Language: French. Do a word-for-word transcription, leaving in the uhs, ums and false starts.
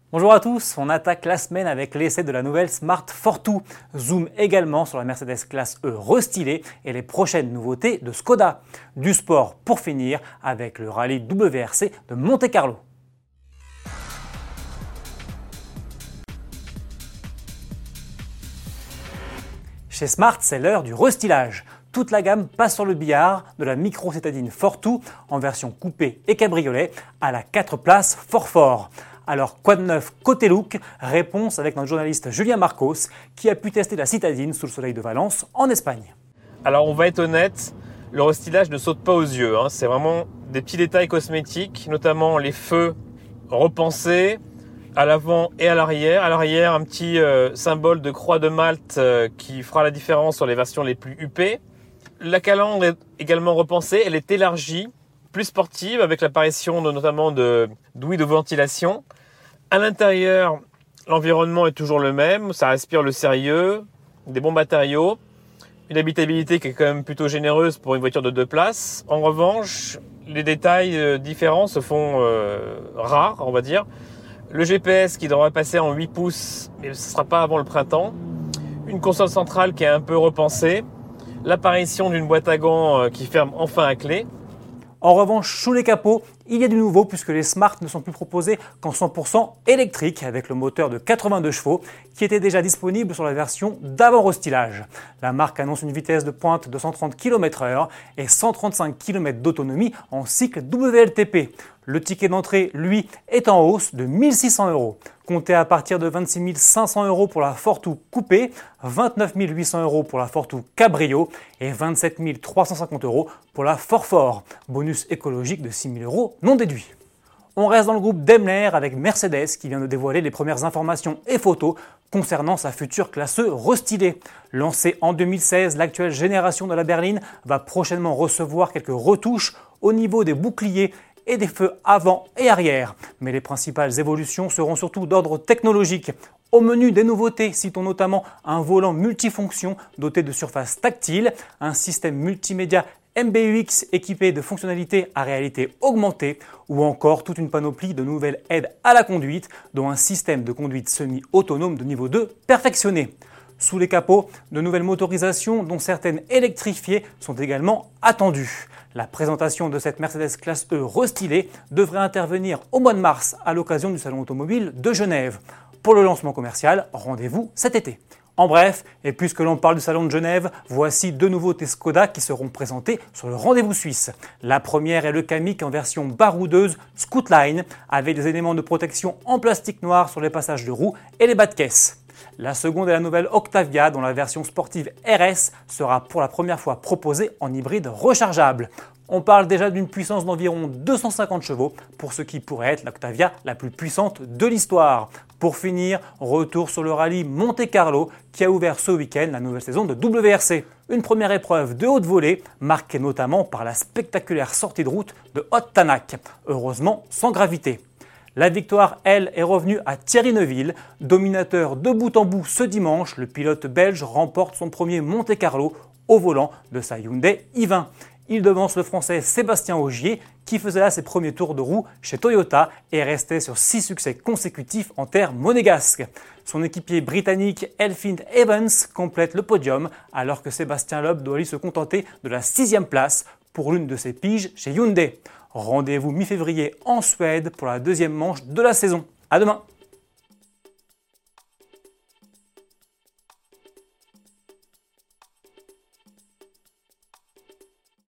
Bonjour à tous, on attaque la semaine avec l'essai de la nouvelle Smart Fortwo. Zoom également sur la Mercedes classe E restylée et les prochaines nouveautés de Skoda. Du sport pour finir avec le rallye W R C de Monte-Carlo. Chez Smart, c'est l'heure du restylage. Toute la gamme passe sur le billard, de la micro-citadine Fortwo en version coupé et cabriolet à la quatre places fort fort. Alors quoi de neuf côté look? Réponse avec notre journaliste Julien Marcos qui a pu tester la citadine sous le soleil de Valence en Espagne. Alors on va être honnête, le restylage ne saute pas aux yeux, hein. C'est vraiment des petits détails cosmétiques, notamment les feux repensés à l'avant et à l'arrière. À l'arrière, un petit euh, symbole de croix de Malte euh, qui fera la différence sur les versions les plus huppées. La calandre est également repensée, elle est élargie, plus sportive avec l'apparition de, notamment de douilles de ventilation. À l'intérieur, l'environnement est toujours le même, ça respire le sérieux, des bons matériaux, une habitabilité qui est quand même plutôt généreuse pour une voiture de deux places. En revanche, les détails différents se font euh, rares, on va dire. Le G P S qui devrait passer en huit pouces, mais ce ne sera pas avant le printemps. Une console centrale qui est un peu repensée. L'apparition d'une boîte à gants qui ferme enfin à clé. En revanche, sous les capots, il y a du nouveau puisque les Smart ne sont plus proposés qu'en cent pour cent électrique avec le moteur de quatre-vingt-deux chevaux qui était déjà disponible sur la version d'avant restylage. La marque annonce une vitesse de pointe de cent trente kilomètres heure et cent trente-cinq kilomètres d'autonomie en cycle W L T P. Le ticket d'entrée, lui, est en hausse de mille six cents euros. Comptez à partir de vingt-six mille cinq cents euros pour la Fortwo coupée, vingt-neuf mille huit cents euros pour la Fortwo cabrio et vingt-sept mille trois cent cinquante euros pour la Fort Fort. Bonus écologique de six mille euros non déduit. On reste dans le groupe Daimler avec Mercedes qui vient de dévoiler les premières informations et photos concernant sa future classe E restylée. Lancée en deux mille seize, l'actuelle génération de la berline va prochainement recevoir quelques retouches au niveau des boucliers et des feux avant et arrière. Mais les principales évolutions seront surtout d'ordre technologique. Au menu des nouveautés, citons notamment un volant multifonction doté de surface tactile, un système multimédia M B U X équipé de fonctionnalités à réalité augmentée ou encore toute une panoplie de nouvelles aides à la conduite, dont un système de conduite semi-autonome de niveau deux perfectionné. Sous les capots, de nouvelles motorisations, dont certaines électrifiées, sont également attendues. La présentation de cette Mercedes classe E restylée devrait intervenir au mois de mars à l'occasion du Salon automobile de Genève. Pour le lancement commercial, rendez-vous cet été. En bref, et puisque l'on parle du Salon de Genève, voici deux nouveautés Skoda qui seront présentées sur le rendez-vous suisse. La première est le Kamiq en version baroudeuse Scootline, avec des éléments de protection en plastique noir sur les passages de roues et les bas de caisse. La seconde est la nouvelle Octavia dont la version sportive R S sera pour la première fois proposée en hybride rechargeable. On parle déjà d'une puissance d'environ deux cent cinquante chevaux pour ce qui pourrait être l'Octavia la plus puissante de l'histoire. Pour finir, retour sur le rallye Monte-Carlo qui a ouvert ce week-end la nouvelle saison de W R C. Une première épreuve de haute volée marquée notamment par la spectaculaire sortie de route de Haute Tanak, heureusement sans gravité. La victoire, elle, est revenue à Thierry Neuville. Dominateur de bout en bout ce dimanche, le pilote belge remporte son premier Monte-Carlo au volant de sa Hyundai i vingt. Il devance le français Sébastien Ogier qui faisait là ses premiers tours de roue chez Toyota et restait sur six succès consécutifs en terre monégasque. Son équipier britannique Elfyn Evans complète le podium alors que Sébastien Loeb doit lui se contenter de la sixième place pour l'une de ses piges chez Hyundai. Rendez-vous mi-février en Suède pour la deuxième manche de la saison. À demain!